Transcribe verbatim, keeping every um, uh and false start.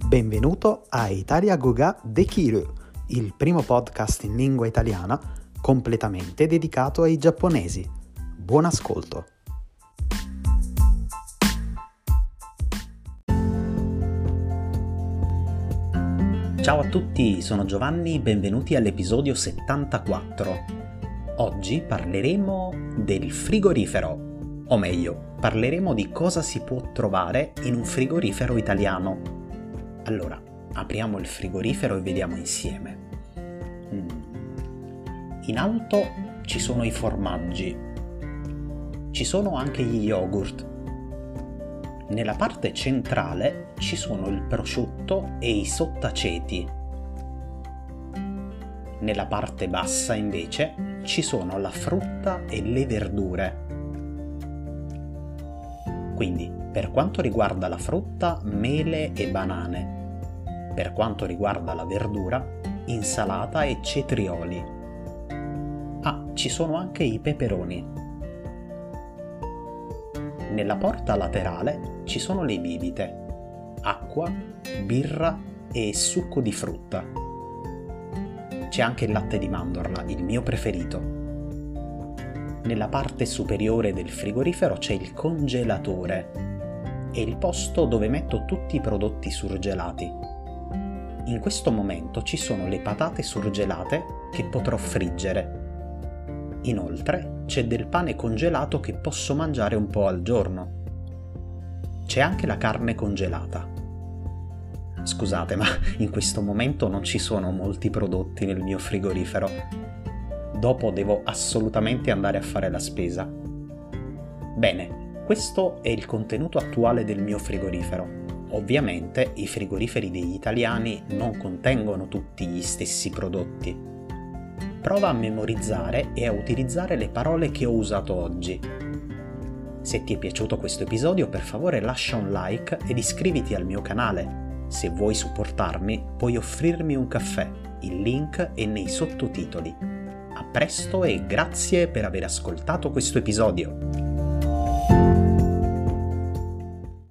Benvenuto a Italia Goga Dekiru, il primo podcast in lingua italiana completamente dedicato ai giapponesi. Buon ascolto! Ciao a tutti, sono Giovanni, benvenuti all'episodio settantaquattro. Oggi parleremo del frigorifero, o meglio, parleremo di cosa si può trovare in un frigorifero italiano. Allora, apriamo il frigorifero e vediamo insieme. Mm. In alto ci sono i formaggi, ci sono anche gli yogurt. Nella parte centrale ci sono il prosciutto e i sottaceti. Nella parte bassa invece ci sono la frutta e le verdure. Quindi, per quanto riguarda la frutta, mele e banane. Per quanto riguarda la verdura, insalata e cetrioli. Ah, ci sono anche i peperoni. Nella porta laterale ci sono le bibite, acqua, birra e succo di frutta. C'è anche il latte di mandorla, il mio preferito. Nella parte superiore del frigorifero c'è il congelatore. È il posto dove metto tutti i prodotti surgelati. In questo momento ci sono le patate surgelate che potrò friggere. Inoltre c'è del pane congelato che posso mangiare un po' al giorno. C'è anche la carne congelata. Scusate, ma in questo momento non ci sono molti prodotti nel mio frigorifero. Dopo devo assolutamente andare a fare la spesa. Bene, questo è il contenuto attuale del mio frigorifero. Ovviamente i frigoriferi degli italiani non contengono tutti gli stessi prodotti. Prova a memorizzare e a utilizzare le parole che ho usato oggi. Se ti è piaciuto questo episodio, per favore lascia un like ed iscriviti al mio canale. Se vuoi supportarmi, puoi offrirmi un caffè. Il link è nei sottotitoli. A presto e grazie per aver ascoltato questo episodio.